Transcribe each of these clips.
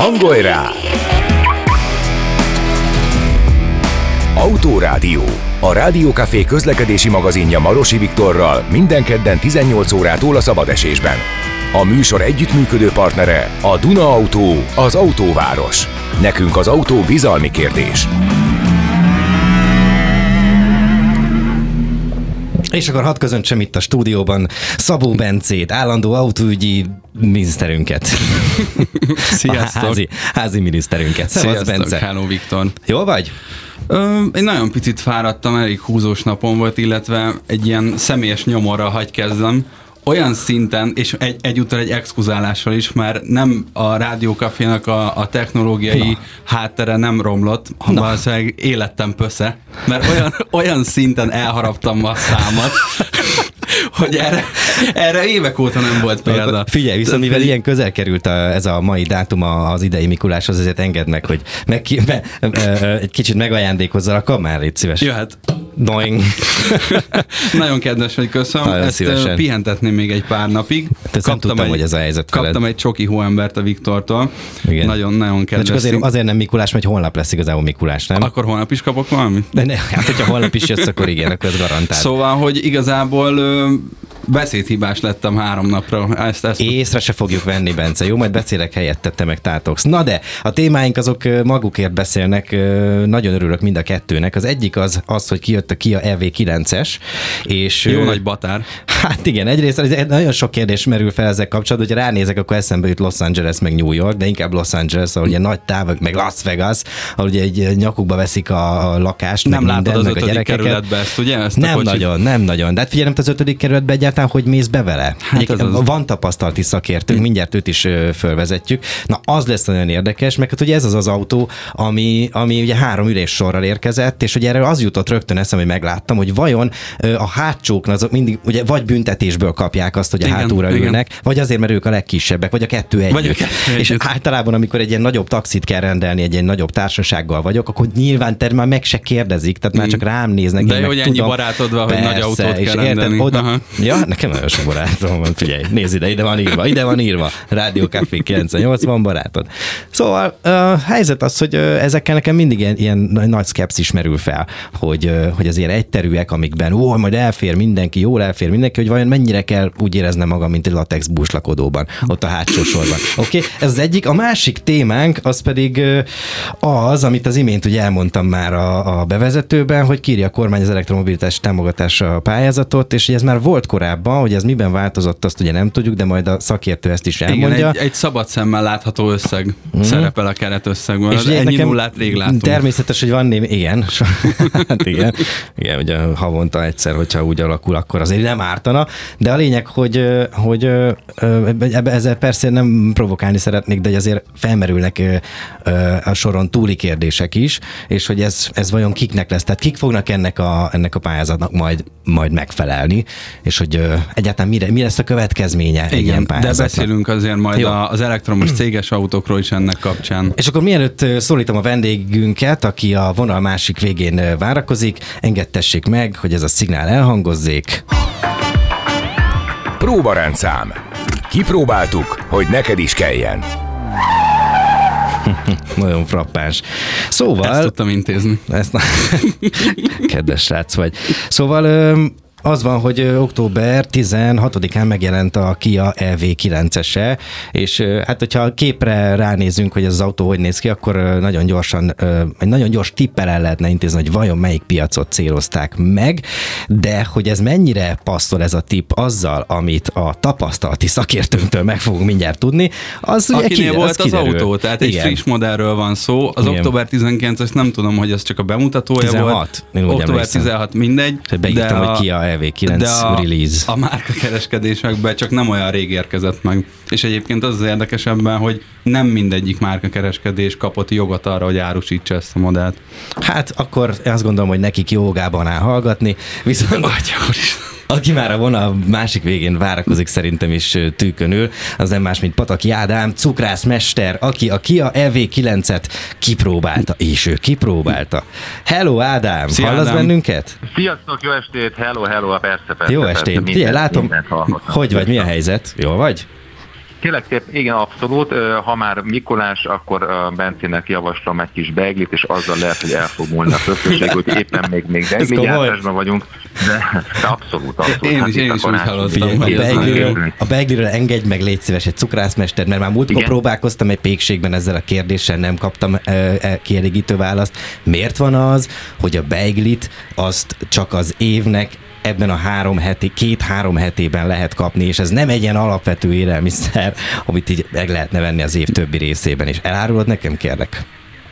Hangolj rá! Autórádió, a Rádiókafé közlekedési magazinja Marosi Viktorral minden kedden 18 órától a szabadesésben. A műsor együttműködő partnere a Duna Autó, az autóváros. Nekünk az autó bizalmi kérdés. És akkor hadd köszöntsem itt a stúdióban Szabó Bencét, állandó autóügyi miniszterünket. Sziasztok! Házi miniszterünket. Sziasztok, Bence. hello Viktor. Jól vagy? Én nagyon picit fáradtam, elég húzós napom volt, illetve egy ilyen személyes nyomorral hagy kezdem. Olyan szinten, és egyúttal egy exkuzálással is, mert nem a Rádiókafénak a technológiai háttere nem romlott, valószínűleg élettem pösze, mert olyan szinten elharaptam a számat, hogy erre évek óta nem volt példa. Figyelj, viszont mivel ilyen közel került ez a mai dátum az idei Mikuláshoz, ezért engedd meg, hogy egy kicsit megajándékozzal a kamár, légy szíves. Jöhet. Doing. Nagyon kedves, hogy köszönöm. Nagyon ezt szívesen. Pihentetném még egy pár napig. Nem tudtam, hogy ez a helyzet veled. Kaptam egy csoki hóembert a Viktortól. Igen. Nagyon kedves. De csak azért nem Mikulás, mert holnap lesz igazából Mikulás, nem? Akkor holnap is kapok valamit? Hát, hogyha holnap is jössz, akkor igen, akkor ez garantált. Szóval, hogy igazából beszédhibás lettem 3 napra. Észre se fogjuk venni, Bence. Jó, majd beszélek helyette, te meg tátogsz. Na de, a témáink azok magukért beszélnek. Nagyon örülök mind a kettőnek. Az egyik az, hogy kijött a Kia EV9-es. És jó nagy batár. Hát igen, egyrészt nagyon sok kérdés merül fel ezzel kapcsolatban, hogyha ránézek, akkor eszembe jut Los Angeles meg New York, de inkább Los Angeles, ahol ugye nagy távok, meg Las Vegas, ahol ugye egy nyakukba veszik a lakást, nem meg minden, látod meg az a 5. gyerekeket. kerületbe ezt, ugye? Ezt Nem nagyon. De hát figyelj, nem az 5. kerületbe egyáltalán, hogy mész be vele. Hát van tapasztalati szakértőnk, mindjárt őt is fölvezetjük. Na, az lesz nagyon érdekes, meg hát ugye ez az az autó, ami ugye 3 üléssorral érkezett, és ugye erről az jutott rögtön eszembe, hogy megláttam, hogy vajon a hátsóknak azok mindig ugye vagy büntetésből kapják azt, hogy a hátulra ülnek, vagy azért, mert ők a legkisebbek, vagy a kettő együtt. És általában, amikor egy ilyen nagyobb taxit kell rendelni, egy ilyen nagyobb társasággal vagyok, akkor nyilván már meg se kérdezik, tehát már csak rám néznek. De jó, hogy ennyi barátod van, hogy nagy autót kell rendelni. Oda, ja, nekem nagyon sok barátom van, figyelj, nézd ide van írva. Rádiókafé 98, van barátod. Szóval a helyzet az, hogy ezekkel nekem mindig ilyen nagy szkepszis merül fel, hogy azért egyterűek, amikben majd elfér mindenki, hogy vajon mennyire kell úgy éreznem magam, mint egy latex búslakodóban, ott a hátsó sorban. Oké? Ez az egyik. A másik témánk az pedig az, amit az imént ugye elmondtam már a bevezetőben, hogy kírja a kormány az elektromobilitás támogatása pályázatot, és ez már volt korábban, hogy ez miben változott, azt ugye nem tudjuk, de majd a szakértő ezt is elmondja. Igen, egy szabad szemmel látható összeg szerepel a keretösszegben. És ennyi nullát rég látunk. Természetes, hogy van némi, igen. Hát igen, ugye havonta egyszer, hogyha úgy alakul, akkor azért nem ártana, de a lényeg, hogy ezzel persze nem provokálni szeretnék, de azért felmerülnek a soron túli kérdések is, és hogy ez vajon kiknek lesz, tehát kik fognak ennek a pályázatnak majd megfelelni, és hogy egyáltalán mi lesz a következménye egy ilyen pályázatnak. De beszélünk azért majd az elektromos céges autókról is ennek kapcsán. És akkor mielőtt szólítom a vendégünket, aki a vonal másik végén várakozik, engedtessék meg, hogy ez a szignál elhangozzék. Próbarendszám. Kipróbáltuk, hogy neked is kelljen. Nagyon frappáns. Szóval... Ezt tudtam intézni. Kedves srác vagy. Szóval... Az van, hogy október 16-án megjelent a Kia EV9-ese, és hát hogyha a képre ránézünk, hogy ez az autó hogy néz ki, akkor nagyon gyorsan, egy nagyon gyors tippel el lehetne intézni, hogy vajon melyik piacot célozták meg, de hogy ez mennyire passzol ez a tipp azzal, amit a tapasztalati szakértőnktől meg fogunk mindjárt tudni, az ugye akinél volt az kiderül. autó, tehát igen. Egy friss modellről van szó. Az igen. október 19, ezt nem tudom, hogy ez csak a bemutatója 16, volt. Október 16, mindegy. Beírtam, hogy Kia EV9 release. A márkakereskedésekben csak nem olyan rég érkezett meg. És egyébként az érdekesebben, hogy nem mindegyik márkakereskedés kapott jogot arra, hogy árusítsa ezt a modellt. Hát akkor azt gondolom, hogy nekik jogában áll hallgatni, viszont aki már a vonal másik végén várakozik, szerintem is tűkönül, az nem más, mint Pataki Ádám, cukrászmester, aki a Kia EV9-et kipróbálta, és ő kipróbálta. Hello Ádám, Szia, hallasz Ádám. bennünket? Sziasztok, jó estét, hello, persze. Jó estét, figyelj, látom, hogy vagy, mi a helyzet? Jól vagy? Tényleg szép, igen, abszolút. Ha már Mikulás, akkor Bencének javaslom egy kis beiglit, és azzal lehet, hogy el fog múlni a közösség, hogy éppen még beigli gyártásban vagyunk, de abszolút. Én is úgy hallottam. A beigliről engedj meg, légy szíves, egy cukrászmester, mert már múltkor próbálkoztam egy pékségben ezzel a kérdéssel, nem kaptam kielégítő választ. Miért van az, hogy a beiglit azt csak az évnek ebben a 2-3 hetében lehet kapni, és ez nem egy ilyen alapvető élelmiszer, amit így meg lehetne venni az év többi részében is. Elárulod nekem, kérlek?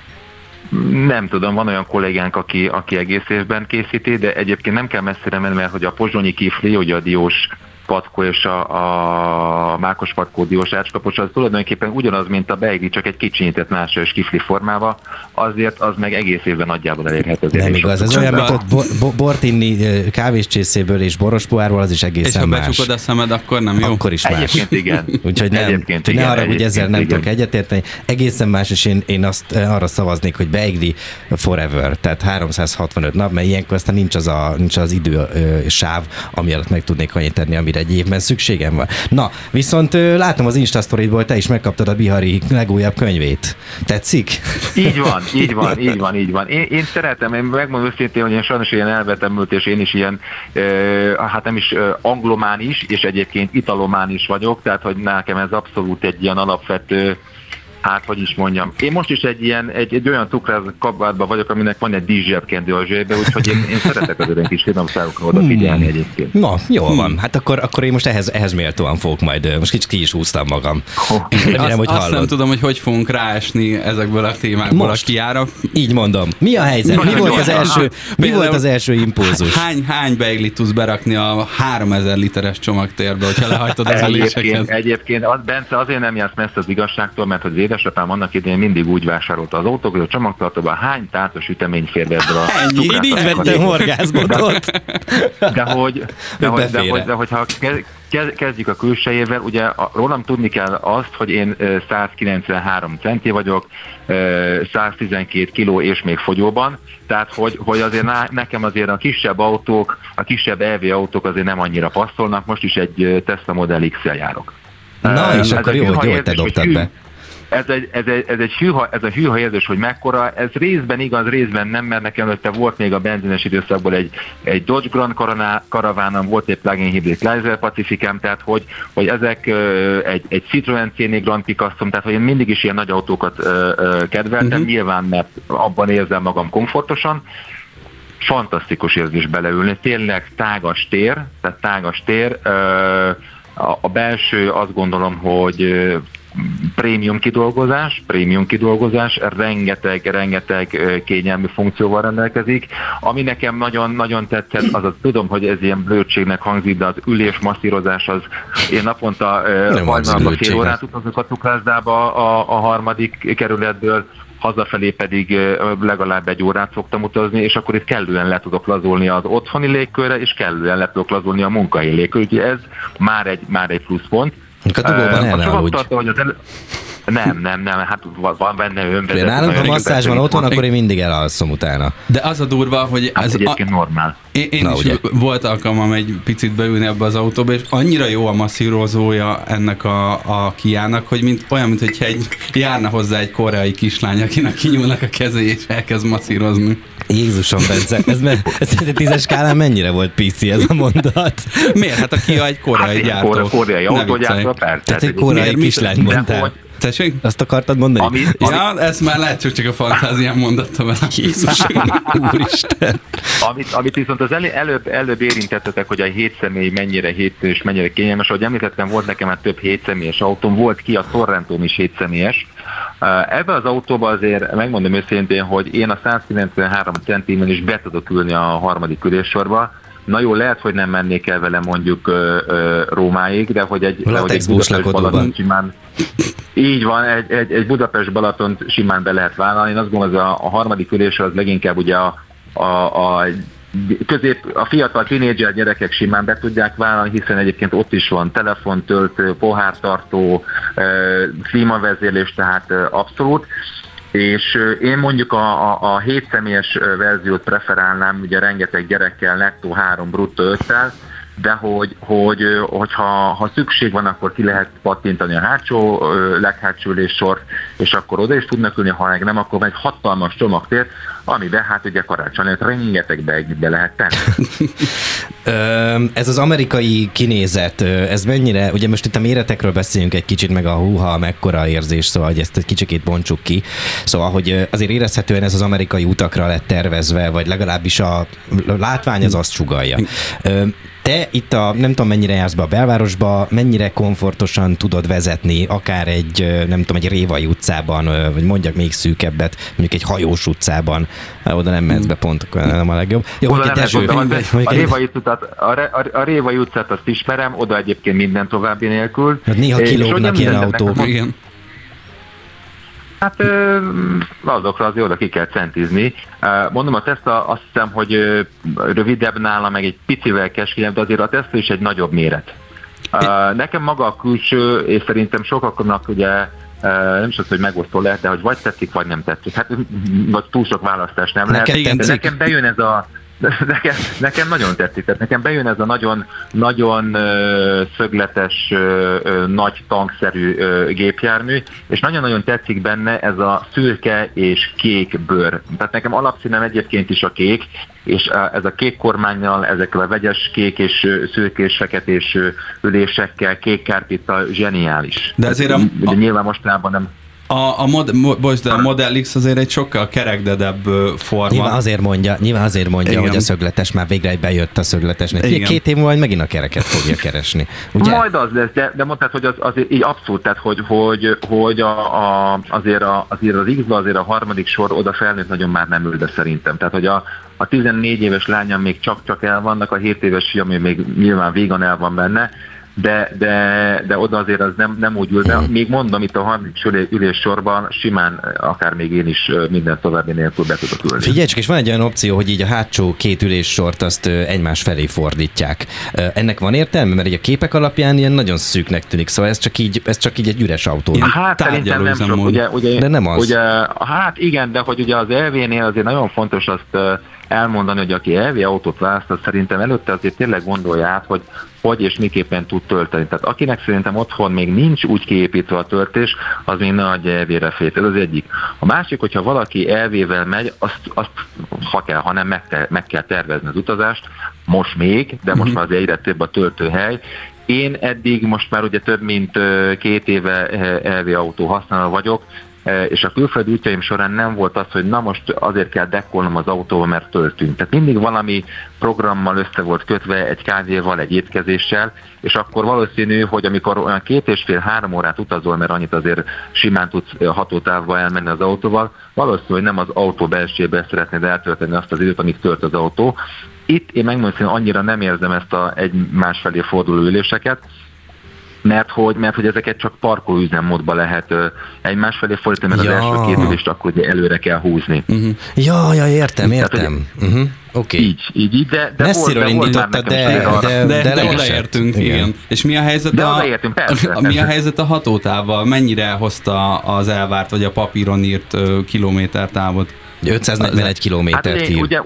Nem tudom, van olyan kollégánk, aki egész évben készíti, de egyébként nem kell messzire menni, mert hogy a pozsonyi kifli, ugye a diós patkó és a mákos patkó diós ácskapos, az tulajdonképpen ugyanaz, mint a beigli, csak egy kicsinyített másra kifli formával, azért az meg egész évben nagyjából elérhető. Nem igaz, ez olyan, mint ott bort inni kávéscsészéből és borospoárból, az is egészen más. És ha becsukod a szemed, akkor nem jó? Akkor is más. Egyébként igen. Úgyhogy nem, ne arra, hogy ezzel nem tudok egyetérteni. Egészen más, és én azt arra szavaznék, hogy beigli forever, tehát 365 nap, mert ilyenkor aztán nincs az idő sáv, ami alatt meg tudnék annyit tenni, amire egy évben szükségem van. Na, viszont látom az Instastoryból, te is megkaptad a Bihari legújabb könyvét. Tetszik? Így van. Én szeretem, én megmondom őszintén, hogy én sajnos ilyen elvetemült, és én is ilyen, hát nem is anglomán is, és egyébként italomán is vagyok, tehát hogy nekem ez abszolút egy ilyen alapvető, hát hogy is mondjam. Én most is egy olyan cukrázott kabátban vagyok, aminek van egy díszsebkendő a zsebbe, úgyhogy én szeretek az egy kis finomságokra odafigyelni egyébként. Na, jól van. Hát akkor én most ehhez méltóan fogok majd, most kicsit ki is húztam magam. Remélem, hogy hallod. Azt nem tudom, hogy fogunk ráesni ezekből a témákból most, a kiára. Így mondom. Mi a helyzet? Mi volt az első impulzus? Hány beiglit tudsz berakni a 3000 literes csomagtérbe, hogyha lehajtod az üléseket? Egyébként Bence, azért nem jársz messze az igazságtól, mert hogy édesapám annak idején mindig úgy vásárolta az autók, hogy a csomagtartóban hány tátos ütemény fér be ebből a én így vettem horgászbotot. De hogyha kezdjük a külsejével, ugye rólam tudni kell azt, hogy én 193 centi vagyok, 112 kiló és még fogyóban, tehát hogy azért nekem azért a kisebb autók, a kisebb EV autók azért nem annyira passzolnak, most is egy Tesla Model X-el járok. Na, és akkor jó, hogy te dobtad be. Ez a hűha érzés, hogy mekkora, ez részben igaz, részben nem, mert nekem előtte volt még a benzines időszakból egy Dodge Grand Caravánom, volt egy plug-in hibrid Chrysler Pacificem, tehát hogy ezek egy Citroen C4 Grand Picassom, tehát hogy én mindig is ilyen nagy autókat kedveltem, nyilván, mert abban érzem magam komfortosan. Fantasztikus érzés beleülni, tényleg tágas tér, a belső azt gondolom, hogy prémium kidolgozás, rengeteg kényelmi funkcióval rendelkezik. Ami nekem nagyon tetszett, az tudom, hogy ez ilyen blödségnek hangzik, de az ülés masszírozás az, én naponta hajnalban fél órát utazok a cukrászdába a harmadik kerületből, hazafelé pedig legalább egy órát szoktam utazni, és akkor itt kellően le tudok lazulni az otthoni légkörre, és kellően le tudok lazulni a munkahelyi légkörre, úgyhogy ez már egy pluszpont. A dugóban nem, hát van benne önvezető. Nálam, ha masszázs van otthon, akkor én mindig elalszom utána. De az a durva, hogy ez egyébként normál. Én is volt alkalmam egy picit beülni ebbe az autóba, és annyira jó a masszírozója ennek a Kiának, hogy olyan, mintha járna hozzá egy koreai kislány, akinek kinyúlnak a kezé, és elkezd masszírozni. Jézusom, Bence, ez egy 10-es skálán mennyire volt PC ez a mondat? Miért? Hát a Kia egy koreai gyártó. Koreai autógyártó, persze. Tehát egy koreai kislány mondtál. Tessék? Azt akartad mondani? Ezt már lehet, csak a fantáziám mondatta vele. Jézusom, úristen. Amit viszont az előbb érintettetek, hogy a 7 személy mennyire és mennyire kényelmes. Ahogy említettem, volt nekem már több 7 személyes autóm, volt ki a Sorrentom is 7 személyes. Ebben az autóban azért megmondom őszintén, hogy én a 193 centimen is be tudok ülni a harmadik üléssorba. Na jó, lehet, hogy nem mennék el vele mondjuk Rómáig, de hogy egy Budapest Balaton simán... Így van, egy Budapest Balatont simán be lehet vállalni. Én azt gondolom, hogy a harmadik ülésre az leginkább ugye a fiatal tínédzser gyerekek simán be tudják vállalni, hiszen egyébként ott is van telefontöltő, pohártartó, klímavezérlés, tehát abszolút. És én mondjuk a 7 személyes verziót preferálnám, ugye rengeteg gyerekkel, nettó 3, bruttó 5-tel, de hogyha szükség van, akkor ki lehet pattintani a leghátsó üléssort, és akkor oda is tudnak ülni, ha meg nem, akkor egy hatalmas csomagtér, amiben hát ugye karácsonyra rengeteg be lehet tenni. Ez az amerikai kinézet, ez mennyire, ugye most itt a méretekről beszéljünk egy kicsit, meg a húha, mekkora érzés, szóval hogy ezt egy kicsikét bontsuk ki. Szóval, hogy azért érezhetően ez az amerikai utakra lett tervezve, vagy legalábbis a látvány az azt sugallja. Te itt nem tudom mennyire jársz be a belvárosba, mennyire komfortosan tudod vezetni, akár egy Révai utcában, vagy mondjak még szűkebbet, mondjuk egy Hajós utcában, oda nem mehetsz be pont, nem a legjobb. Jó, oda a Révai utcát azt ismerem, oda egyébként minden további nélkül. Hát néha kilógnak ilyen autók. Igen. Hát azokra azért oda ki kell centizni. Mondom, a Tesla azt hiszem, hogy rövidebb nála, meg egy picivel keskényebb, de azért a Tesla is egy nagyobb méret. Nekem maga a külső, és szerintem sokaknak ugye nem is az, hogy megosztó lehet, de hogy vagy tetszik, vagy nem tetszik. Hát vagy túl sok választás nem lehet. De nekem bejön ez a Nekem nagyon tetszik, tehát nekem bejön ez a nagyon szögletes, nagy tankszerű gépjármű, és nagyon-nagyon tetszik benne ez a szürke és kék bőr. Tehát nekem alapszínem egyébként is a kék, és ez a kék kormánnyal, ezekkel a vegyes kék és szürkés feketés ülésekkel, kék kárpittal zseniális. De azért de nyilván mostanában nem. A Model X azért egy sokkal kerekdedebb forma. Nyilván azért mondja, hogy a szögletes már végre bejött a szögletesnek. 2 év múlva megint a kereket fogja keresni. Ugye? Majd az lesz, de mondtad, hogy az így abszolút, tehát hogy azért az X-ba azért a harmadik sor oda felnőtt nagyon már nem ül, de szerintem. Tehát, hogy a 14 éves lányom még csak el vannak, a 7 éves fiam még nyilván vígan el van benne, de oda azért az nem úgy ül, de még mondom, itt a 30 ülés sorban simán akár még én is minden további nélkül be tudok ülni. Figyelj csak, és van egy olyan opció, hogy így a hátsó 2 üléssort azt egymás felé fordítják. Ennek van értelme? Mert így a képek alapján ilyen nagyon szűknek tűnik, szóval ez csak így egy üres autó. Hát szerintem nem sok, ugye, de nem az. Ugye, hát igen, de hogy ugye az EV-nél azért nagyon fontos azt elmondani, hogy aki EV autót választ, az szerintem előtte azért tényleg gondolja át, hogy és miképpen tud tölteni. Tehát akinek szerintem otthon még nincs úgy kiépítve a töltés, az még ne adja EV-re fét. Ez az egyik. A másik, hogyha valaki EV-vel megy, azt ha kell, hanem meg kell tervezni az utazást, most még, de most már azért egyre több a töltőhely. Én eddig most már ugye több mint 2 éve EV autó használó vagyok, és a külföldi útjaim során nem volt az, hogy na most azért kell dekkolnom az autóba, mert töltünk. Tehát mindig valami programmal össze volt kötve, egy kávéval, egy étkezéssel, és akkor valószínű, hogy amikor olyan 2,5-3 órát utazol, mert annyit azért simán tudsz hatótávba elmenni az autóval, valószínű, hogy nem az autó belsejében szeretnéd eltölteni azt az időt, amíg tölt az autó. Itt én megmondom, hogy annyira nem érzem ezt a egymás felé forduló üléseket, mert hogy ezeket csak parkolóüzemmódban lehet egymás felé fordítani, mert az első 2 ülést akkor ugye előre kell húzni. Ja, értem. Oké. Így, de messziről indítottad, de odaértünk, igen. És mi a helyzet mi a helyzet a hatótávval? Mennyire hozta az elvárt, vagy a papíron írt kilométertávot? 541 kilométert ír.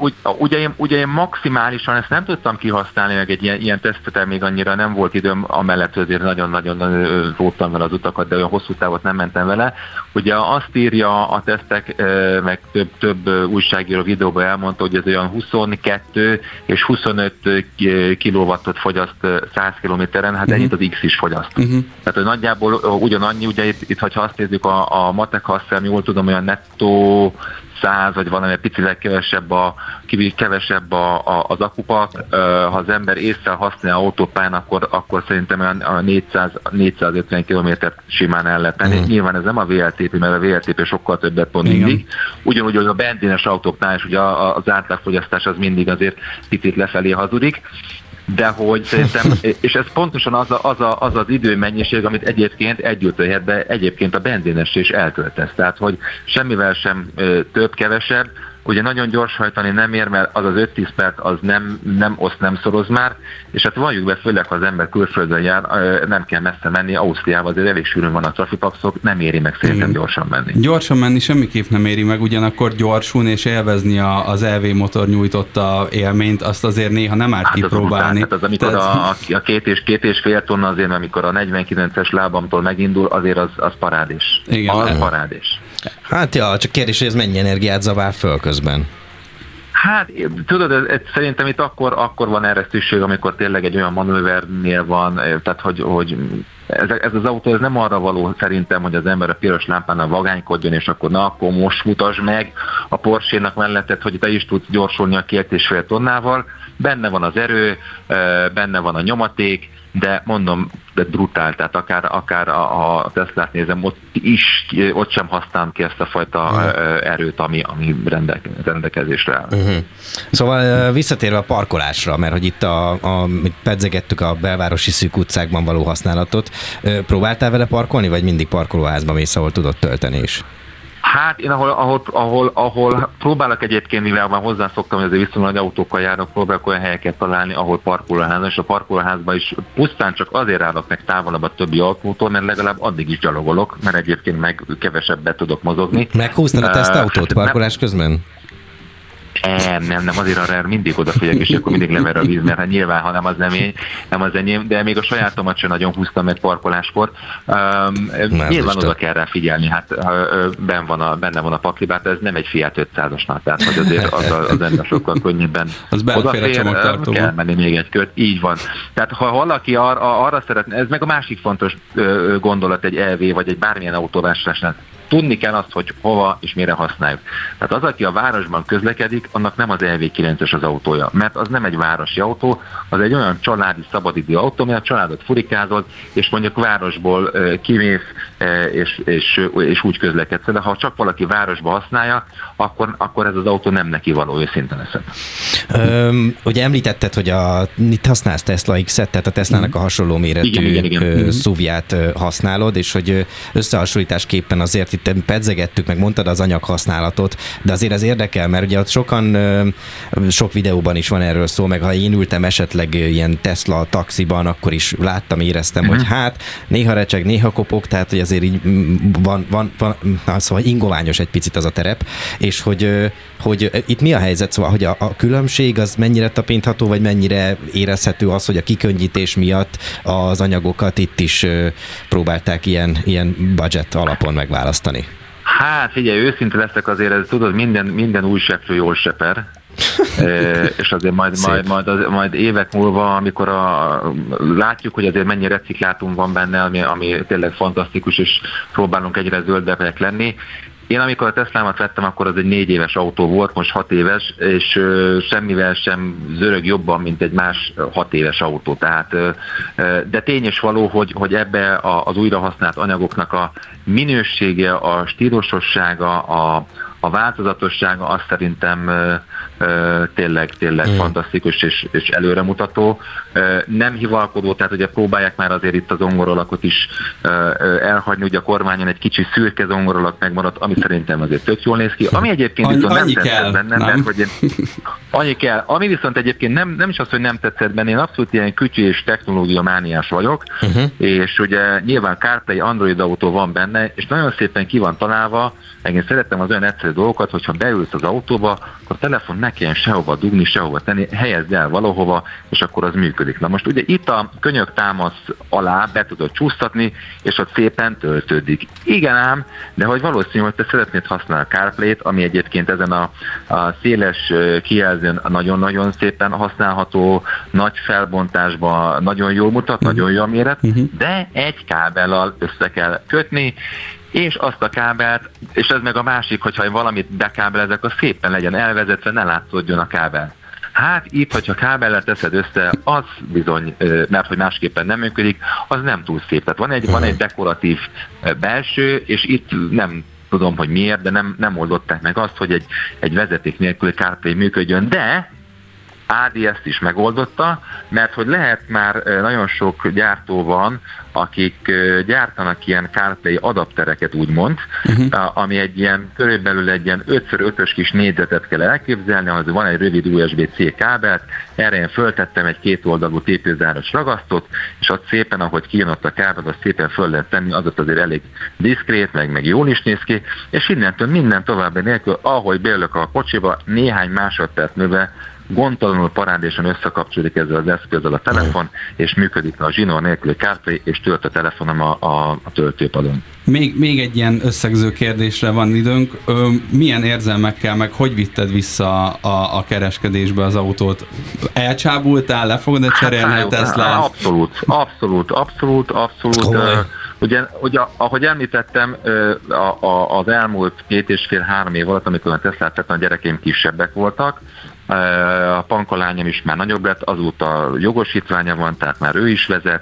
Ugye én maximálisan ezt nem tudtam kihasználni, meg egy ilyen tesztet még annyira nem volt időm, amellett azért nagyon-nagyon róttam vele az utakat, de olyan hosszú távot nem mentem vele. Ugye azt írja a tesztek, meg több újságíró videóban elmondta, hogy ez olyan 22 és 25 kilowattot fogyaszt 100 kilométeren, hát ennyit az X is fogyaszt. Tehát, hogy nagyjából ugyanannyi, ugye itt ha azt nézzük a matek hasszám, jól tudom, olyan nettó 100 vagy valami picivel kevesebb az akupak. Ha az ember észre használja autópályán, akkor szerintem olyan 450 kilométert simán el lehet tenni. Nyilván ez nem a VLTP, mert a VLTP sokkal többet pont mindig. Ugyanúgy, hogy a benzines autóknál is ugye az átlagfogyasztás az mindig azért picit lefelé hazudik. De hogy szerintem, és ez pontosan az az időmennyiség, amit egyébként egy ültőhelyben egyébként a benzines is eltöltesz. Tehát, hogy semmivel sem több, kevesebb, ugye nagyon gyors hajtani nem ér, mert az 5-10 perc az nem szoroz már, és hát valljuk be, főleg ha az ember külföldön jár, nem kell messze menni, Ausztriában azért elég sűrűn van a trafipaxok, nem éri meg szerintem gyorsan menni. Gyorsan menni semmiképp nem éri meg, ugyanakkor gyorsulni és élvezni az EV motor nyújtotta élményt, azt azért néha nem árt kipróbálni. Az amikor a 2,5 tonna azért, amikor a 49-es lábamtól megindul, azért az parádés. Igen, az parádés. Hát ja, csak kérdés, hogy ez mennyi energiát zavár föl közben? Hát, tudod, szerintem itt akkor van erre szükség, amikor tényleg egy olyan manővernél van, tehát hogy ez az autó ez nem arra való szerintem, hogy az ember a piros lámpánál vagánykodjon, és akkor akkor most mutasd meg a Porsche-nak mellettet, hogy te is tudsz gyorsulni a 2,5 tonnával. Benne van az erő, benne van a nyomaték, de mondom, de brutál, tehát akár a Teslát nézem, ott sem használom ki ezt a fajta erőt, ami rendelkezésre áll. Szóval visszatérve a parkolásra, mert hogy itt pedzegettük a belvárosi szűk utcákban való használatot, próbáltál vele parkolni, vagy mindig parkolóházba mész, ahol tudod tölteni is? Hát én ahol próbálok egyébként, mivel már hozzászoktam, hogy azért viszonylag autókkal járok, próbálok olyan helyeket találni, ahol parkolóház, és a parkolóházban is pusztán csak azért állok meg távolabb a többi autótól, mert legalább addig is gyalogolok, mert egyébként meg kevesebbet tudok mozogni. Meghúztad a tesztautót parkolás közben? Nem, azért arra mindig odafigyelek, és akkor mindig lever a víz, mert hát nyilván, ha nem az enyém, de még a sajátomat sem nagyon húztam meg parkoláskor. Nyilván oda kell rá figyelni, hát benne van a paklibát, ez nem egy Fiat 500-asnál, tehát hogy azért az ember sokkal könnyebben odafér, kell menni még egy kört, így van. Tehát ha valaki arra szeretne, ez meg a másik fontos gondolat egy EV vagy egy bármilyen autóvásárlásnál, tudni kell azt, hogy hova és mire használjuk. Tehát az, aki a városban közlekedik, annak nem az EV9-es az autója, mert az nem egy városi autó, az egy olyan családi szabadidő autó, mert a családot furikázod, és mondjuk városból kimész, és úgy közlekedsz. De ha csak valaki városba használja, akkor ez az autó nem neki való, őszintén leszek. Ugye említetted, hogy itt használsz Tesla X-et, tehát a Teslának a hasonló méretű SUV-ját használod, és hogy összehasonlításképpen azért itt pedzegettük, meg mondtad az anyaghasználatot, de azért ez érdekel, mert ugye ott sok videóban is van erről szó, meg ha én ültem esetleg ilyen Tesla taxiban, akkor is láttam, éreztem, hogy hát néha recseg, néha kopog, tehát hogy azért így van szóval ingoványos egy picit az a terep, és hogy itt mi a helyzet, szóval, hogy a különbség az mennyire tapintható, vagy mennyire érezhető az, hogy a kikönnyítés miatt az anyagokat itt is próbálták ilyen budget alapon megválasztani? Hát figyelj, őszinte leszek, azért ez tudod, minden új seprő jól seper, és azért majd évek múlva, amikor látjuk, hogy azért mennyi reciklátum van benne, ami tényleg fantasztikus, és próbálunk egyre zöldebbek lenni. Én amikor a Teslámat vettem, akkor az egy 4 éves autó volt, most 6 éves, és semmivel sem zörög jobban, mint egy más 6 éves autó. Tehát, de tény és való, hogy ebbe az újrahasznált anyagoknak a minősége, a stílusossága, a változatossága azt szerintem tényleg fantasztikus és előremutató. Nem hivalkodó, tehát ugye próbálják már azért itt a zongoralakot is elhagyni, ugye a kormányon egy kicsi szürke zongoralak megmaradt, ami szerintem azért tök jól néz ki. Ami egyébként viszont nem tetszett bennem, mert hogy annyi kell. Ami viszont egyébként nem is az, hogy nem tetszett benne, én abszolút ilyen kütyű és technológia mániás vagyok, és ugye nyilván CarPlay Android autó van benne, és nagyon szépen ki van találva, én szerettem az olyan egyszerű dolgokat, hogyha beülsz az autóba, akkor a telefon ne kelljen sehova dugni, sehova tenni, helyezd el valahova, és akkor az működik. Na most ugye itt a könyök támasz alá be tudod csúsztatni, és ott szépen töltődik. Igen ám, de hogy valószínű, hogy te szeretnéd használni a CarPlay-t, ami egyébként ezen a széles kijelzőn nagyon-nagyon szépen használható, nagy felbontásban nagyon jól mutat, nagyon jó a méret, de egy kábellal össze kell kötni, és azt a kábelt, és ez meg a másik, hogyha valamit bekábelezek, az szépen legyen elvezetve, ne látszódjon a kábel. Hát itt, hogyha kábellel teszed össze, az bizony, mert hogy másképpen nem működik, az nem túl szép. Tehát van egy dekoratív belső, és itt nem tudom, hogy miért, de nem oldották meg azt, hogy egy vezeték nélküli CarPlay működjön, de ADS-t is megoldotta, mert hogy lehet már nagyon sok gyártó van, akik gyártanak ilyen CarPlay adaptereket, úgymond, ami egy ilyen, körülbelül egy ilyen 5x5-ös kis négyzetet kell elképzelni, az van egy rövid USB-C kábelt, erre én föltettem egy kétoldalú tépőzáros ragasztót, és ott szépen, ahogy kijön ott a kábel, azt szépen föl lehet tenni, az ott azért elég diszkrét, meg jól is néz ki, és innentől minden további nélkül, ahogy beülök a kocsiba, néhány másodperc múlva gondtalanul parádésen összekapcsolódik ezzel az eszközzel a telefon, és működik a zsinór nélkül CarPlay, és tölt a telefonom a töltőpadon. Még egy ilyen összegző kérdésre van időnk. Milyen érzelmekkel, meg hogy vitted vissza a kereskedésbe az autót? Elcsábultál, le fogod-e cserélni a Teslát? Abszolút. Ugye, ahogy említettem, az elmúlt 2,5-3 év alatt, amikor a Teslát vettem, a gyerekeim kisebbek voltak, a pankolányom is már nagyobb lett, azóta jogosítványa van, tehát már ő is vezet,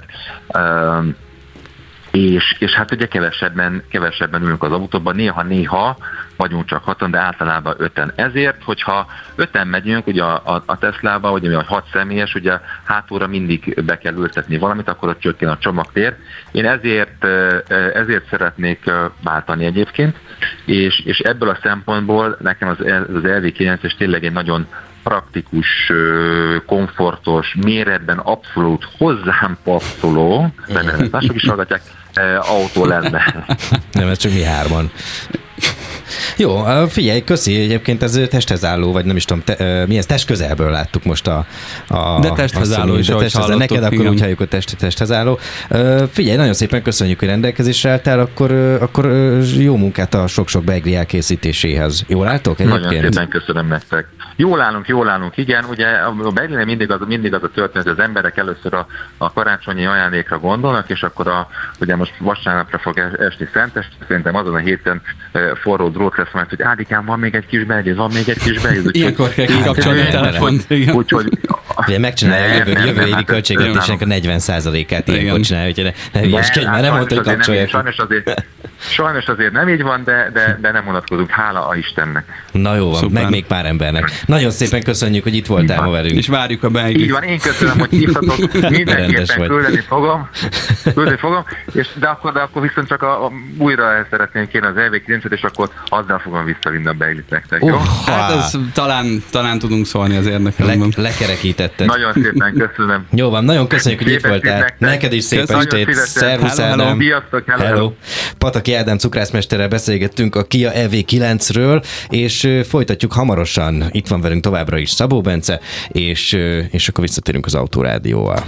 és hát ugye kevesebben ülünk az autóban, néha vagyunk csak 6-an, de általában 5-en. Ezért, hogyha 5-en megyünk ugye a Teslába, ugye mi a 6 személyes, ugye hátulra mindig be kell ültetni valamit, akkor ott csökken a csomagtér. Én ezért szeretnék váltani egyébként, és ebből a szempontból nekem az LV9-es tényleg egy nagyon praktikus, komfortos, méretben abszolút hozzám passzoló, de mások is hallgatják, autó lenne. Nem, ez csak mi hárman. Jó, figyelj, köszi, egyébként ez testhez álló, vagy nem is tudom, mi ez, test közelből láttuk most de testhez álló is, ahogy hallottuk. Neked akkor igen. Úgy halljuk, hogy testhez álló. Figyelj, nagyon szépen köszönjük, hogy rendelkezésre álltál, akkor jó munkát a sok-sok beigli elkészítéséhez. Jól álltok egyébként? Nagyon szépen köszönöm nektek. Jól állunk, igen, ugye a beiglinél mindig az a történet, hogy az emberek először a karácsonyi ajándékra gondolnak, és akkor ugye most vasárnapra fog esni Szentest, szerintem azon a héten forró drót lesz majd, hogy Ádikám, van még egy kis beigli. Ilyenkor kell kikapcsolni a telefont. Úgyhogy ugye megcsinálja a jövő évi költségvetésnek a 40%-át, ilyenkor csinálja, hogy ne hülyeskedj, már nem mondta, hogy kapcsolják. Sajnos azért nem így van, de nem unatkozunk, hála a Istennek. Na jó van, meg még pár embernek. Nagyon szépen köszönjük, hogy itt voltál ma velünk. És várjuk a beiglit. Így van, én köszönöm, hogy hívtatok, mindenképpen küldeni fogom, de akkor viszont csak újra el szeretném kérni az LV9-et, és akkor azzal fogom visszavinni a beiglit nektek, jó? Hát ez talán tudunk szólni az érdekelmben. Lekerekítetted. Nagyon szépen köszönöm. Jó van, nagyon köszönjük, hogy itt voltál. Neked is szép estét. Szervusz, Ádám. Hello. Pataki Ádám cukrászmesterrel beszélgettünk a Kia EV9-ről, és folytatjuk hamarosan. Itt van velünk továbbra is Szabó Bence, és akkor visszatérünk az Autorádióval.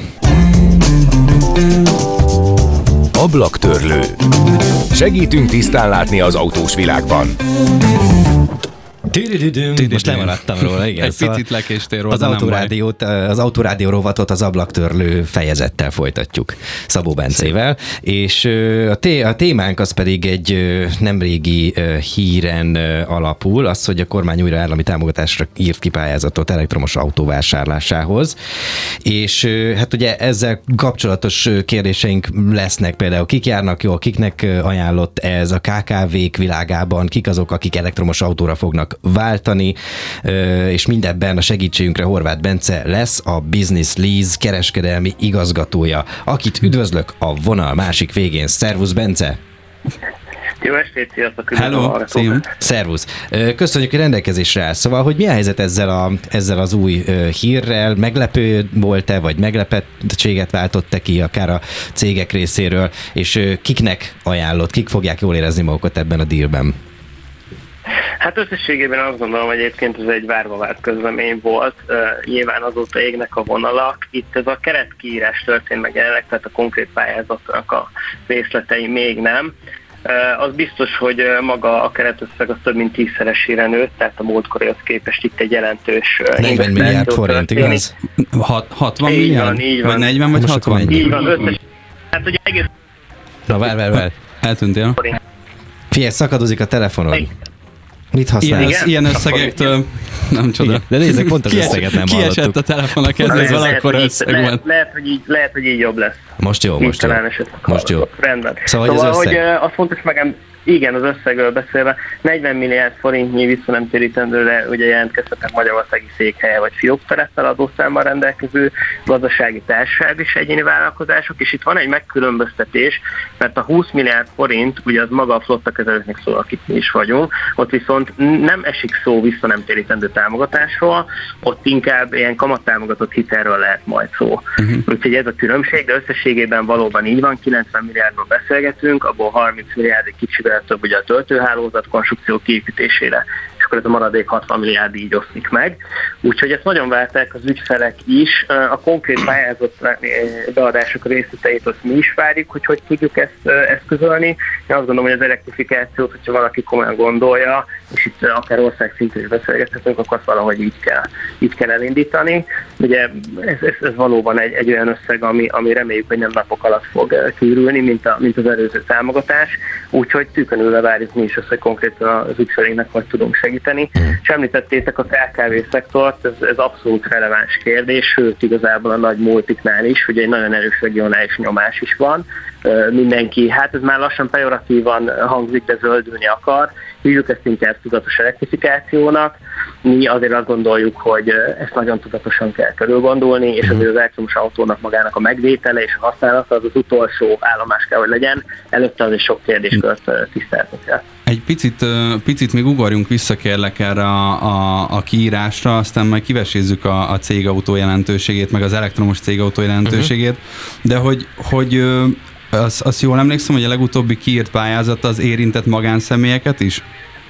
Ablaktörlő. Segítünk tisztán látni az autós világban. Most lemaradtam róla, igen. Egy picit lekéstél róla, az Autorádió rovatot az ablaktörlő fejezettel folytatjuk Szabó Bencével, és a témánk az pedig egy nemrégi híren alapul, az, hogy a kormány újra állami támogatásra írt ki pályázatot elektromos autó vásárlásához, és hát ugye ezzel kapcsolatos kérdéseink lesznek, például kik járnak jól, kiknek ajánlott ez a KKV-k világában, kik azok, akik elektromos autóra fognak váltani, és mindebben a segítségünkre Horváth Bence lesz, a Business Lease kereskedelmi igazgatója, akit üdvözlök a vonal másik végén. Szervusz, Bence! Jó estét, sziasztok! Hello, szervusz! Köszönjük, hogy rendelkezésre áll. Szóval, hogy mi a helyzet ezzel az új hírrel? Meglepő volt-e, vagy meglepettséget váltott-e ki akár a cégek részéről, és kiknek ajánlott, kik fogják jól érezni magukat ebben a dealben? Hát összességében azt gondolom, hogy egyébként ez egy várva várt közlemény volt. Nyilván azóta égnek a vonalak. Itt ez a keretkiírás történt meg jelenleg, tehát a konkrét pályázatnak a részletei még nem. Az biztos, hogy maga a keretösszeg az több mint 10-szeresére nőtt, tehát a múltkorihoz képest itt egy jelentős 40 milliárd forint, igaz? 60 milliárd? Így van. Vagy 40 vagy 60? Így van, összes. Hát ugye egész... Na várj. Eltűntél? Figyelj, szakadozik a telefonod. Mit használsz? Ilyen összegektől nem csoda. De nézzek, pont az összeget nem hallottuk. Kiesett a telefon a kezéből, akkor összeg van. Lehet, hogy így jobb lesz. Most jó. Most jó. Rendben. Szóval hogy azt fontos Igen, az összegről beszélve, 40 milliárd forintnyi visszanemtérítendőre ugye jelentkezhetnek magyarországi székhelye vagy fiókterettel adószámmal rendelkező gazdasági társaság és egyéni vállalkozások, és itt van egy megkülönböztetés, mert a 20 milliárd forint, ugye az maga a flottakezelőknek szól, akik mi is vagyunk, ott viszont nem esik szó visszanemtérítendő támogatásról, ott inkább ilyen kamattámogatott hitelről lehet majd szó. Úgyhogy ez a különbség, de összességében valóban így van, 90 milliárdról beszélgetünk, abból 30 milliárd egy kicsivel több ugye a töltőhálózat konstrukció kiépítésére, és akkor ez a maradék 60 milliárd így oszlik meg. Úgyhogy ezt nagyon várták az ügyfelek is. A konkrét pályázat beadások részleteit azt mi is várjuk, hogy tudjuk ezt eszközölni. Én azt gondolom, hogy az elektrifikációt, hogyha valaki komolyan gondolja, és itt akár országszintű is beszélgethetünk, akkor azt valahogy így kell elindítani. Ugye ez valóban egy olyan összeg, ami reméljük, hogy nem napok alatt fog kiürülni, mint az előző támogatás. Úgyhogy tűkönülve várjuk mi is azt, hogy konkrétan az ügyfeleinknek hogy tudunk segíteni. És említettétek a KKV szektort, ez abszolút releváns kérdés, sőt igazából a nagy multiknál is, ugye egy nagyon erős regionális nyomás is van. Mindenki, hát ez már lassan pejoratívan hangzik, de zöldülni akar. Hívjuk ezt inkább tudatos elektrifikációnak. Mi azért azt gondoljuk, hogy ezt nagyon tudatosan kell körülgondolni, és azért az elektromos autónak magának a megvétele és a használata az utolsó állomás kell, hogy legyen. Előtte azért sok kérdéskört tisztázni kell. Egy picit még ugorjunk vissza kérlek erre a kiírásra, aztán majd kivesézzük a cégautó jelentőségét, meg az elektromos cégautó jelentőségét, de hogy azt jól emlékszem, hogy a legutóbbi kiírt pályázat az érintett magánszemélyeket is?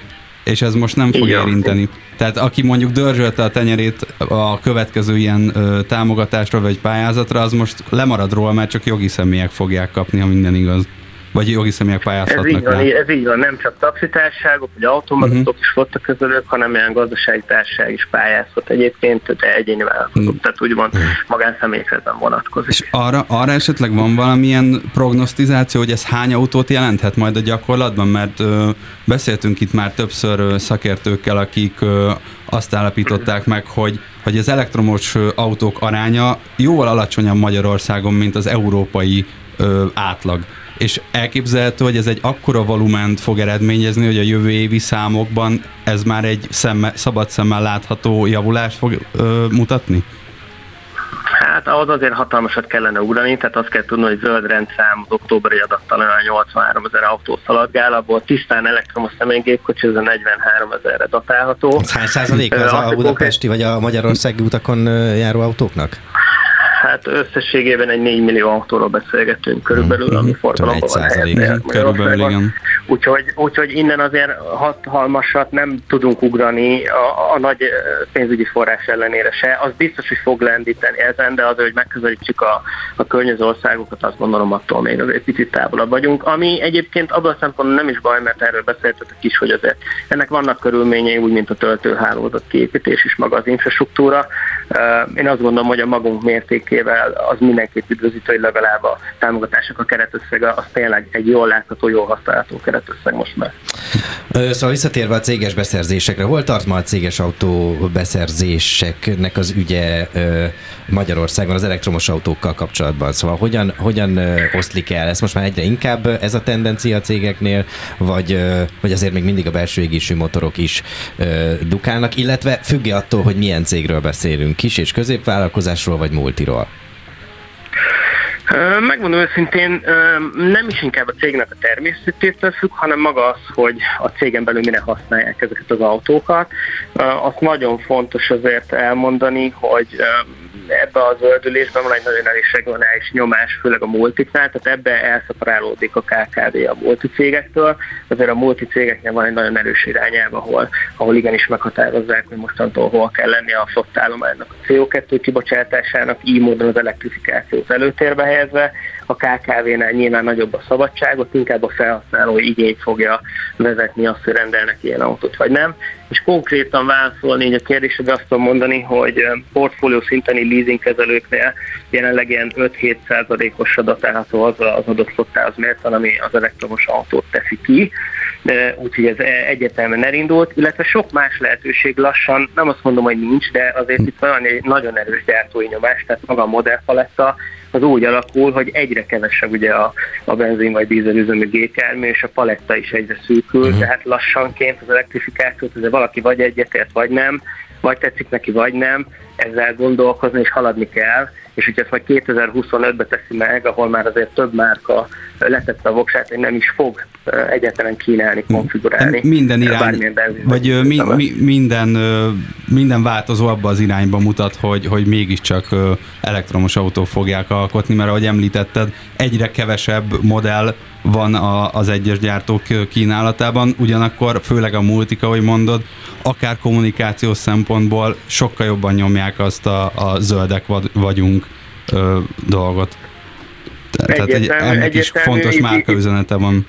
És ez most nem fog érinteni. Tehát aki mondjuk dörzsölte a tenyerét a következő ilyen támogatásra vagy pályázatra, az most lemarad róla, mert csak jogi személyek fogják kapni, ha minden igaz. Vagy jogi személyek pályázhatnak. Ez így van, nem csak taxitársaságok, vagy automatok is flottakezelők, hanem olyan gazdasági társaság is pályázhat egyébként, de egyéni vállalkozók, tehát úgymond magánszemélyekre nem vonatkozik. És arra esetleg van valamilyen prognosztizáció, hogy ez hány autót jelenthet majd a gyakorlatban? Mert beszéltünk itt már többször szakértőkkel, akik azt állapították meg, hogy az elektromos autók aránya jóval alacsonyabb Magyarországon, mint az európai átlag. És elképzelhető, hogy ez egy akkora volument fog eredményezni, hogy a jövő évi számokban ez már egy szabad szemmel látható javulást fog mutatni? Hát ahhoz azért hatalmasat kellene ugrani, tehát azt kell tudni, hogy zöld rendszám az októberi adattal olyan 83 000 autó szaladgál, abból tisztán elektromos személygépkocsi, ez a 43 000-re datálható. Hány százalék az a budapesti vagy a magyarországi utakon járó autóknak? Hát összességében egy 4 millió autóról beszélgetünk körülbelül, ami forgalomban van helyett. Körülbelül, igen. Úgyhogy innen azért hatalmasat nem tudunk ugrani a nagy pénzügyi forrás ellenére se. Az biztos, hogy fog lendíteni ezen, de azért, hogy megközelítsük a környező országokat, azt gondolom, attól még azért picit távolabb vagyunk. Ami egyébként abban a szempontból nem is baj, mert erről beszéltetek is, hogy azért ennek vannak körülményei, úgy, mint a töltőhálózat kiépítés is, maga az infrastruktúra. Én azt gondolom, hogy a magunk mértékével az mindenképp üdvözítő, hogy legalább a támogatások a keretösszege az tényleg egy jól látható, jól használható keretösszeg most már. Szóval visszatérve a céges beszerzésekre, hol tart ma a céges autó beszerzéseknek az ügye Magyarországon az elektromos autókkal kapcsolatban? Szóval hogyan oszlik el? Ez most már egyre inkább ez a tendencia a cégeknél, vagy azért még mindig a belső égésű motorok is dukálnak, illetve függ attól, hogy milyen cégről beszélünk, kis- és középvállalkozásról, vagy multiról? Megmondom őszintén, nem is inkább a cégnek a természetétől függ, hanem maga az, hogy a cégen belül mire használják ezeket az autókat. Azt nagyon fontos azért elmondani, hogy ebbe a zöldülésben van egy nagyon erős regionális nyomás, főleg a multiknál, tehát ebbe elszaporálódik a KKV a multicégektől. Azért a multicégeknél van egy nagyon erős irányelv, ahol igenis meghatározzák, hogy mostantól hol kell lenni a flottaállománynak a CO2 kibocsátásának, így módon az elektrifikációt előtérbe helyezve. A KKV-nál nyilván nagyobb a szabadságot, inkább a felhasználó igény fogja vezetni azt, hogy rendelnek ilyen autót, vagy nem. És konkrétan válaszolni így a kérdésre, azt tudom mondani, hogy portfólió szinteni leasingkezelőknél jelenleg ilyen 5-7%-os adatálható az adott flottához mérten, ami az elektromos autót teszi ki. Úgyhogy ez egyértelműen elindult, illetve sok más lehetőség lassan, nem azt mondom, hogy nincs, de azért itt van egy nagyon erős gyártói nyomás, tehát maga a modellpaletta, az úgy alakul, hogy egyre kevesebb ugye a benzin vagy dízelüzemű gépjármű, és a paletta is egyre szűkül, tehát lassanként az elektrifikációt, azért valaki vagy egyetért, vagy nem, vagy tetszik neki, vagy nem, ezzel gondolkozni és haladni kell, és hogyha ezt majd 2025-ben teszi meg, ahol már azért több márka letette a voksát, hogy nem is fog egyáltalán kínálni, konfigurálni. Minden irány, vagy minden változó abba az irányba mutat, hogy mégiscsak elektromos autók fogják alkotni, mert ahogy említetted, egyre kevesebb modell van az egyes gyártók kínálatában, ugyanakkor főleg a multik, ahogy mondod, akár kommunikációs szempontból sokkal jobban nyomják azt a zöldek vagyunk dolgot. Tehát ennek is fontos márkaüzenete van.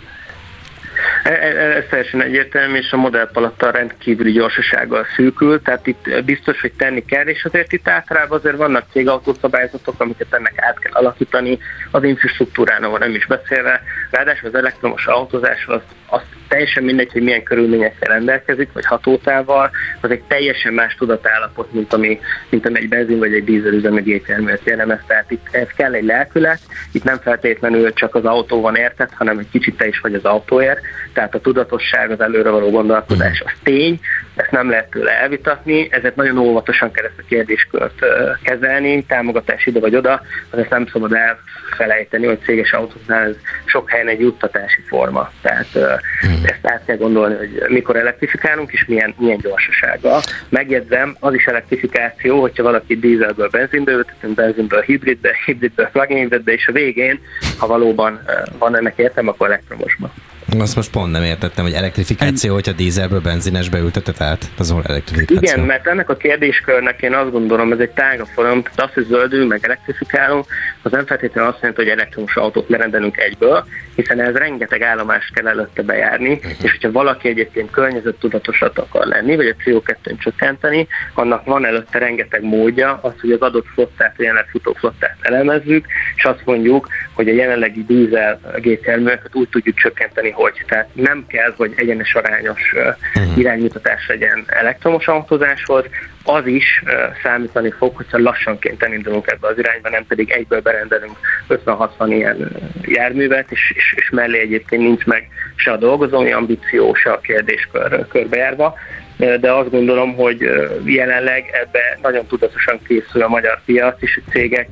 Ez teljesen egyértelmű, és a modellpaletta rendkívüli gyorsasággal szűkül, tehát itt biztos, hogy tenni kell, és azért itt általában azért vannak cégautószabályzatok, amiket ennek át kell alakítani, az infrastruktúránál nem is beszélve, ráadásul az elektromos autózás az teljesen mindegy, hogy milyen körülményekkel rendelkezik, vagy hatótával, az egy teljesen más tudatállapot, mint ami egy benzin vagy egy dízelüzemű gépjárművet jellemez. Tehát itt ez kell egy lelkület, itt nem feltétlenül csak az autó van érted, hanem egy kicsit te is vagy az autóért, tehát a tudatosság, az előre való gondolkodás az tény, ezt nem lehet tőle elvitatni, ezért nagyon óvatosan kell ezt a kérdéskört kezelni, támogatás ide vagy oda, azt nem szabad elfelejteni, hogy céges autóknál ez sok helyen egy juttatási forma. Tehát ezt át kell gondolni, hogy mikor elektrifikálunk és milyen gyorsasággal. Megjegyzem, az is elektrifikáció, hogyha valaki dízelből benzinbe ültetünk, benzinből hibridből plug-in hibridbe, és a végén, ha valóban van ennek értelme, akkor elektromosban. Azt most pont nem értettem, hogy elektrifikáció, hogyha dízelből benzinesbe ültetett át, azon elektrifikáció. Igen, mert ennek a kérdéskörnek én azt gondolom, ez egy tágabb fogalom, tehát az, hogy zöldül, meg elektrifikálunk, az nem feltétlenül azt jelenti, hogy elektromos autót lerendelünk egyből, hiszen ez rengeteg állomást kell előtte bejárni, és hogyha valaki egyébként környezettudatosat akar lenni, vagy a CO2-n csökkenteni, annak van előtte rengeteg módja, az, hogy az adott flottát, a jelenleg futó flottát elemezzük, és azt mondjuk, hogy a jelenlegi dízel gépjárműveket úgy tudjuk csökkenteni, hogy tehát nem kell, hogy egyenes arányos iránymutatás legyen elektromos autózáshoz, az is számítani fog, hogyha lassanként elindulunk ebbe az irányba, nem pedig egyből berendelünk 50-60 ilyen járművet, és mellé egyébként nincs meg se a dolgozói ambíció, se a kérdéskör körbejárva. De azt gondolom, hogy jelenleg ebbe nagyon tudatosan készül a magyar piac és a cégek.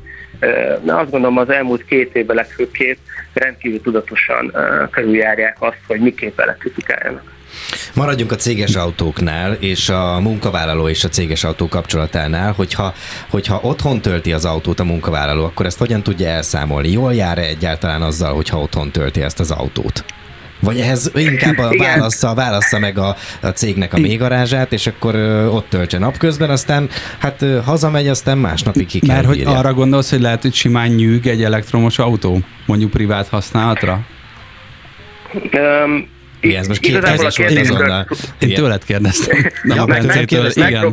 Azt gondolom, az elmúlt 2 évben legfőképp rendkívül tudatosan körüljárják azt, hogy miképp elektrifikáljanak. Maradjunk a céges autóknál, és a munkavállaló és a céges autó kapcsolatánál, hogyha otthon tölti az autót a munkavállaló, akkor ezt hogyan tudja elszámolni? Jól jár-e egyáltalán azzal, hogyha otthon tölti ezt az autót? Vagy ehhez inkább válassza meg a cégnek a mélygarázsát, és akkor ott töltse napközben, aztán hát hazamegy, aztán másnapig ki kell bírja. Mert hogy arra gondolsz, hogy lehet, hogy simán nyűg egy elektromos autó, mondjuk privát használatra? Igen, ez most kérdezés volt azonnal. Én tőled kérdeztem. Nem a Bencétől, igen.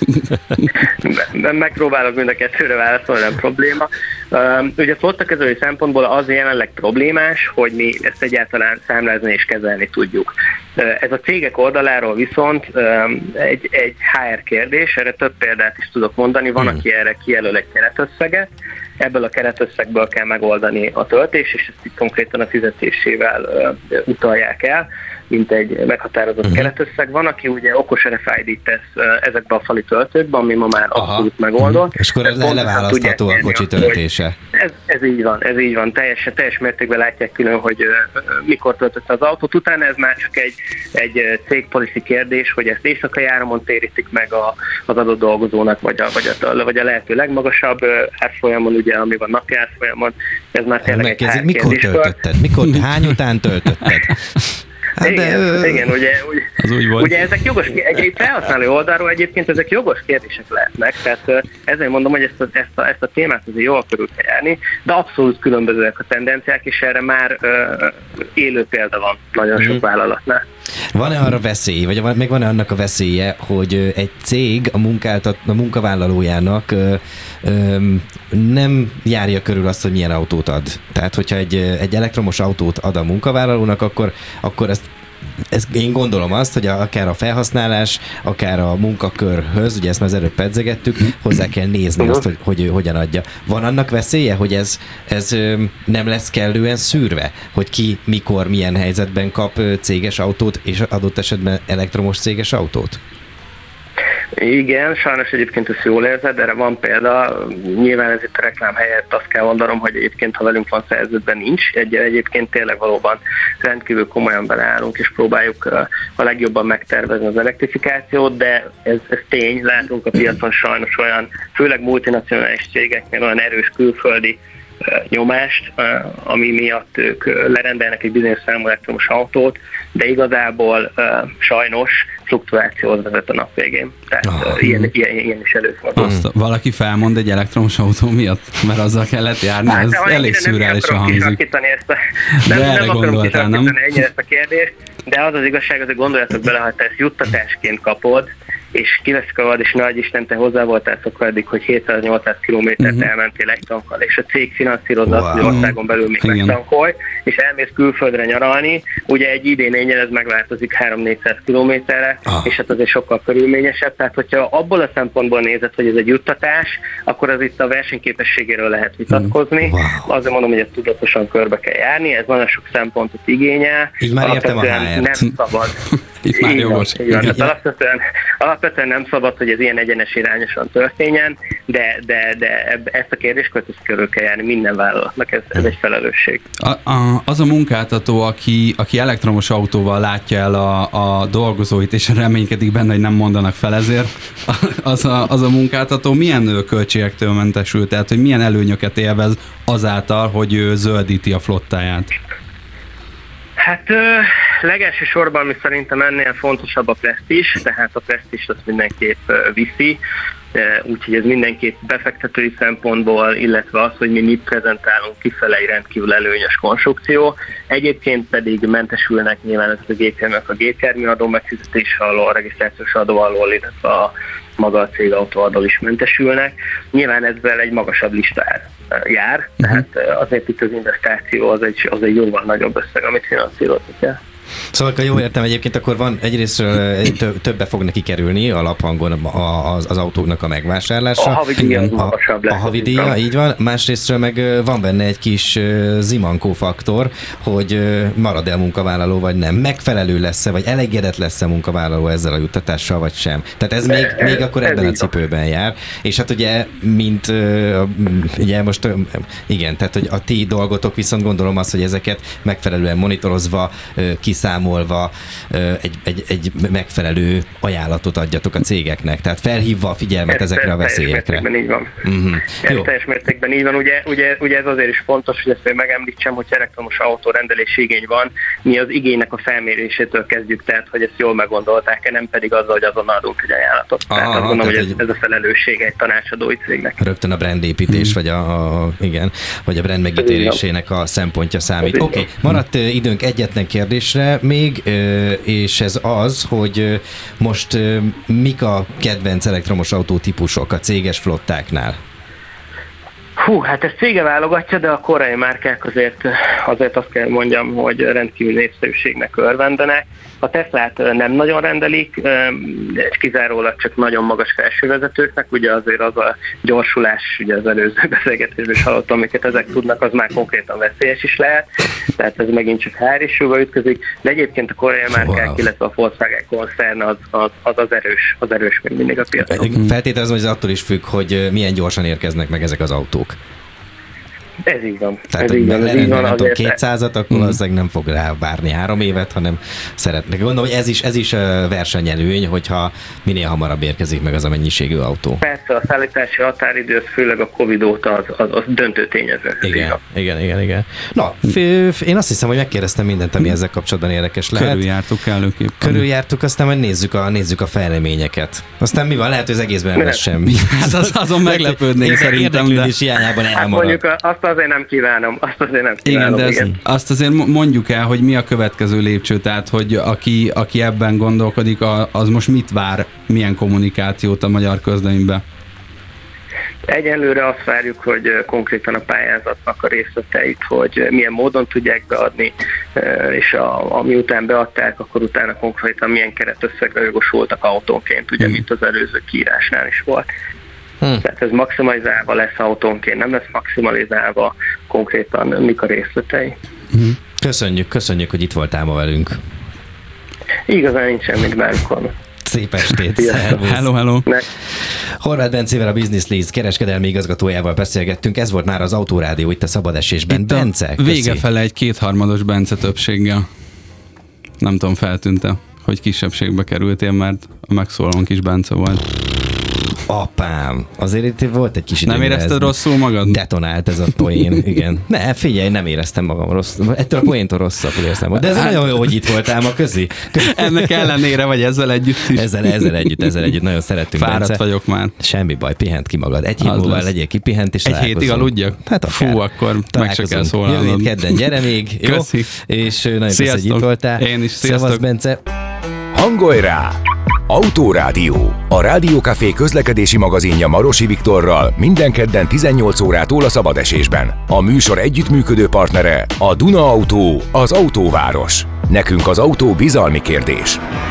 Megpróbálok mind a kettőre válaszolni, nem probléma. Ugye flottakezelői szempontból az jelenleg problémás, hogy mi ezt egyáltalán számlázni és kezelni tudjuk. Ez a cégek oldaláról viszont egy HR kérdés, erre több példát is tudok mondani, van, aki erre kijelöl egy keretösszeget, ebből a keretösszegből kell megoldani a töltés, és ezt itt konkrétan a fizetésével utalják el, mint egy meghatározott keretösszeg. Van, aki ugye okos RFID-t tesz ezekbe a fali töltőkbe, ami ma már abszolút megoldott. És akkor ez leválasztható a kocsi töltése. Ez így van. Teljes mértékben látják külön, hogy mikor töltötte az autót. Utána ez már csak egy cégpolicy kérdés, hogy ezt éjszakai áramon térítik meg az adott dolgozónak, vagy a lehető legmagasabb árfolyamon, ugye, ami van napi árfolyamon. Ez már tényleg egy kérdés. Mikor töltötted? Hány után töltötted? Hát igen, ugye ezek jogos, egy felhasználó oldalról egyébként ezek jogos kérdések lehetnek, tehát ezért mondom, hogy ezt a témát azért jól körül kell járni, de abszolút különbözőek a tendenciák, és erre már élő példa van nagyon sok vállalatnál. Van-e arra veszély, vagy még van-e annak a veszélye, hogy egy cég a munkavállalójának nem járja körül azt, hogy milyen autót ad? Tehát, hogyha egy elektromos autót ad a munkavállalónak, akkor ezt én gondolom azt, hogy akár a felhasználás, akár a munkakörhöz, ugye ezt már az előbb pedzegettük, hozzá kell nézni azt, hogy hogyan adja. Van annak veszélye, hogy ez nem lesz kellően szűrve, hogy ki, mikor, milyen helyzetben kap céges autót, és adott esetben elektromos céges autót? Igen, sajnos egyébként ezt jól érzed, erre van példa. Nyilván ez itt a reklám helyett azt kell mondanom, hogy egyébként, ha velünk van szerződben, nincs. Egyébként tényleg valóban rendkívül komolyan beleállunk, és próbáljuk a legjobban megtervezni az elektrifikációt, de ez tény, látunk a piacon sajnos olyan, főleg multinacionális cégeknél olyan erős külföldi nyomást, ami miatt ők lerendelnek egy bizonyos számú elektromos autót, de igazából sajnos fluktuációhoz vezet a nap végén. Tehát ilyen is előfordul. Valaki felmond egy elektromos autó miatt? Mert azzal kellett járni? Hát, ez elég szürreálisan hangzik. Nem akarom kisakítani ennyire ezt a kérdést, de az igazság, hogy gondoljatok bele, ha te ezt juttatásként kapod, és kiveszik a vad, és nagy Isten, te hozzá voltál szokva eddig, hogy 700-800 kilométert elmentél egy tankkal, és a cég finanszírozza azt, hogy országon belül még megtankolj, és elmész külföldre nyaralni, ugye egy idén ez megváltozik 300-400 kilométerre, és hát azért sokkal körülményesebb, tehát hogyha abból a szempontból nézed, hogy ez egy juttatás, akkor az itt a versenyképességéről lehet vitatkozni. Azért mondom, hogy ezt tudatosan körbe kell járni, ez nagyon sok szempontot igényel. Így már értem a HR-t. Nem szabad. Itt már jogos. Alapvetően nem szabad, hogy ez ilyen egyenes irányosan történjen, de ezt a kérdéskört körül kell járni minden vállalatnak, ez egy felelősség. Az a munkáltató, aki elektromos autóval látja el a dolgozóit, és reménykedik benne, hogy nem mondanak fel ezért, az a munkáltató milyen költségektől mentesül, tehát hogy milyen előnyöket élvez azáltal, hogy ő zöldíti a flottáját? Hát legelső sorban, ami szerintem ennél fontosabb a presztízs, tehát a presztízst azt mindenképp viszi, úgyhogy ez mindenképp befektetői szempontból, illetve az, hogy mi mit prezentálunk kifele, egy rendkívül előnyös konstrukció. Egyébként pedig mentesülnek nyilván ezek a gépjárművek a gépjárműadó megfizetése alól, a regisztrációs adó alól, illetve a maga a cégautóadó adó is mentesülnek. Nyilván ezzel egy magasabb lista jár, tehát azért itt az investáció az egy jóval nagyobb összeg, amit finanszírozni kell. Szóval, ha jól értem, egyébként akkor van egyrésztről többe fog neki kerülni alaphangon az autóknak a megvásárlása. A havidíja magasabb lesz. A havidíja, így van. Másrésztről meg van benne egy kis zimankó faktor, hogy marad el munkavállaló vagy nem. Megfelelő lesz-e, vagy elégedett lesz-e munkavállaló ezzel a juttatással, vagy sem. Tehát ez még akkor ebben a cipőben jár. És hát ugye, mint ugye most igen, tehát hogy a ti dolgotok viszont gondolom az, hogy ezeket megfelelően monitorozva, kiszámolva egy megfelelő ajánlatot adjatok a cégeknek, tehát felhívva a figyelmet ezekre a veszélyekre. Teljes mértékben így van. Ez teljes mértékben így van. Ugye ez azért is fontos, hogy ezt még megemlítsem, hogy elektromos autórendelési igény van, mi az igénynek a felmérésétől kezdjük, tehát hogy ezt jól meggondolták-e, nem pedig azzal, hogy azonnal adunk egy ajánlatot. Tehát azt gondolom, hogy ez a felelőssége egy tanácsadói cégnek. Rögtön a brandépítés, vagy vagy a brand megítélésének a szempontja számít. Oké, maradt időnk egyetlen kérdésre még, és ez az, hogy most mik a kedvenc elektromos autó típusok a céges flottáknál? Hát ez cége válogatja, de a koreai márkák azért azt kell mondjam, hogy rendkívül népszerűségnek örvendenek. A Teslát nem nagyon rendelik, és kizárólag csak nagyon magas felsővezetőknek, ugye azért az a gyorsulás, ugye az előző beszélgetésben is hallottam, amiket ezek tudnak, az már konkrétan veszélyes is lehet, tehát ez megint csak HR issue-ba ütközik, de egyébként a koreai márkák, illetve a Volkswagen koncern az erős még mindig a piacon. Feltételezem, hogy ez attól is függ, hogy milyen gyorsan érkeznek meg ezek az autók. Ez így van. Tehát, hogy lerendel, nem tudom, 200-at, akkor valószínűleg nem fog rá várni 3 évet, hanem szeretnek. Gondolom, hogy ez is versenyelőny, hogyha minél hamarabb érkezik meg az a mennyiségű autó. Persze, a szállítási határidő, főleg a Covid óta az döntő tényező. Igen. Na, én azt hiszem, hogy megkérdeztem mindent, ami ezzel kapcsolatban érdekes lehet. Körüljártuk, aztán majd nézzük a fejleményeket. Aztán mi van? Lehet, hogy az egészben nem lesz semmi. Hát azon meglepődnék szerintem. Érdeklődés hiányában elmarad. Azt azért nem kívánom. Igen, de azt azért mondjuk el, hogy mi a következő lépcső, tehát hogy aki ebben gondolkodik, az most mit vár, milyen kommunikációt a magyar közleménybe? Egyelőre azt várjuk, hogy konkrétan a pályázatnak a részleteit, hogy milyen módon tudják beadni, és miután beadták, akkor utána konkrétan milyen keretösszegre jogosultak autónként, ugye, mint az előző kiírásnál is volt. Tehát ez maximalizálva lesz autónként, nem lesz maximalizálva konkrétan mik a részletei. Köszönjük, hogy itt voltál ma velünk. Igazán nincs semmit bármikor. Szép estét, szervusz! Hello! Horváth Bencével, a Business Leads kereskedelmi igazgatójával beszélgettünk. Ez volt már az Autórádió itt a Szabad Esésben. Bence, vége fele egy 2/3 Bence többséggel. Nem tudom, feltűnt-e, hogy kisebbségbe kerültél, mert a megszólalónk is Bence volt. Apám, azért itt volt egy kis idő. Nem érezted rosszul magad? Detonált ez a poén, igen. Ne, figyelj, nem éreztem magam rosszul. Ettől a poéntól rosszabbul érzem. De ez nagyon jó, hogy itt voltál ma, közi. Ennek ellenére, vagy ezzel együtt is? Ezzel együtt nagyon szeretünk. Fáradt Bence. vagyok már. Semmi baj, pihent ki magad. Egy hét múlva legyél kipihent, és egy hétig aludjak? Hát fú, akkor meg se kell szólalnod. Jövő kedden gyere még, jó? Köszi. És nagyon köszönjük, hogy itt voltál. Én is, sziasztok. Szevasz, Bence. Hangolj rá! Autórádió, a Rádiókafé közlekedési magazinja Marosi Viktorral minden kedden 18 órától a Szabadesésben. A műsor együttműködő partnere a Duna Autó, az autóváros. Nekünk az autó bizalmi kérdés.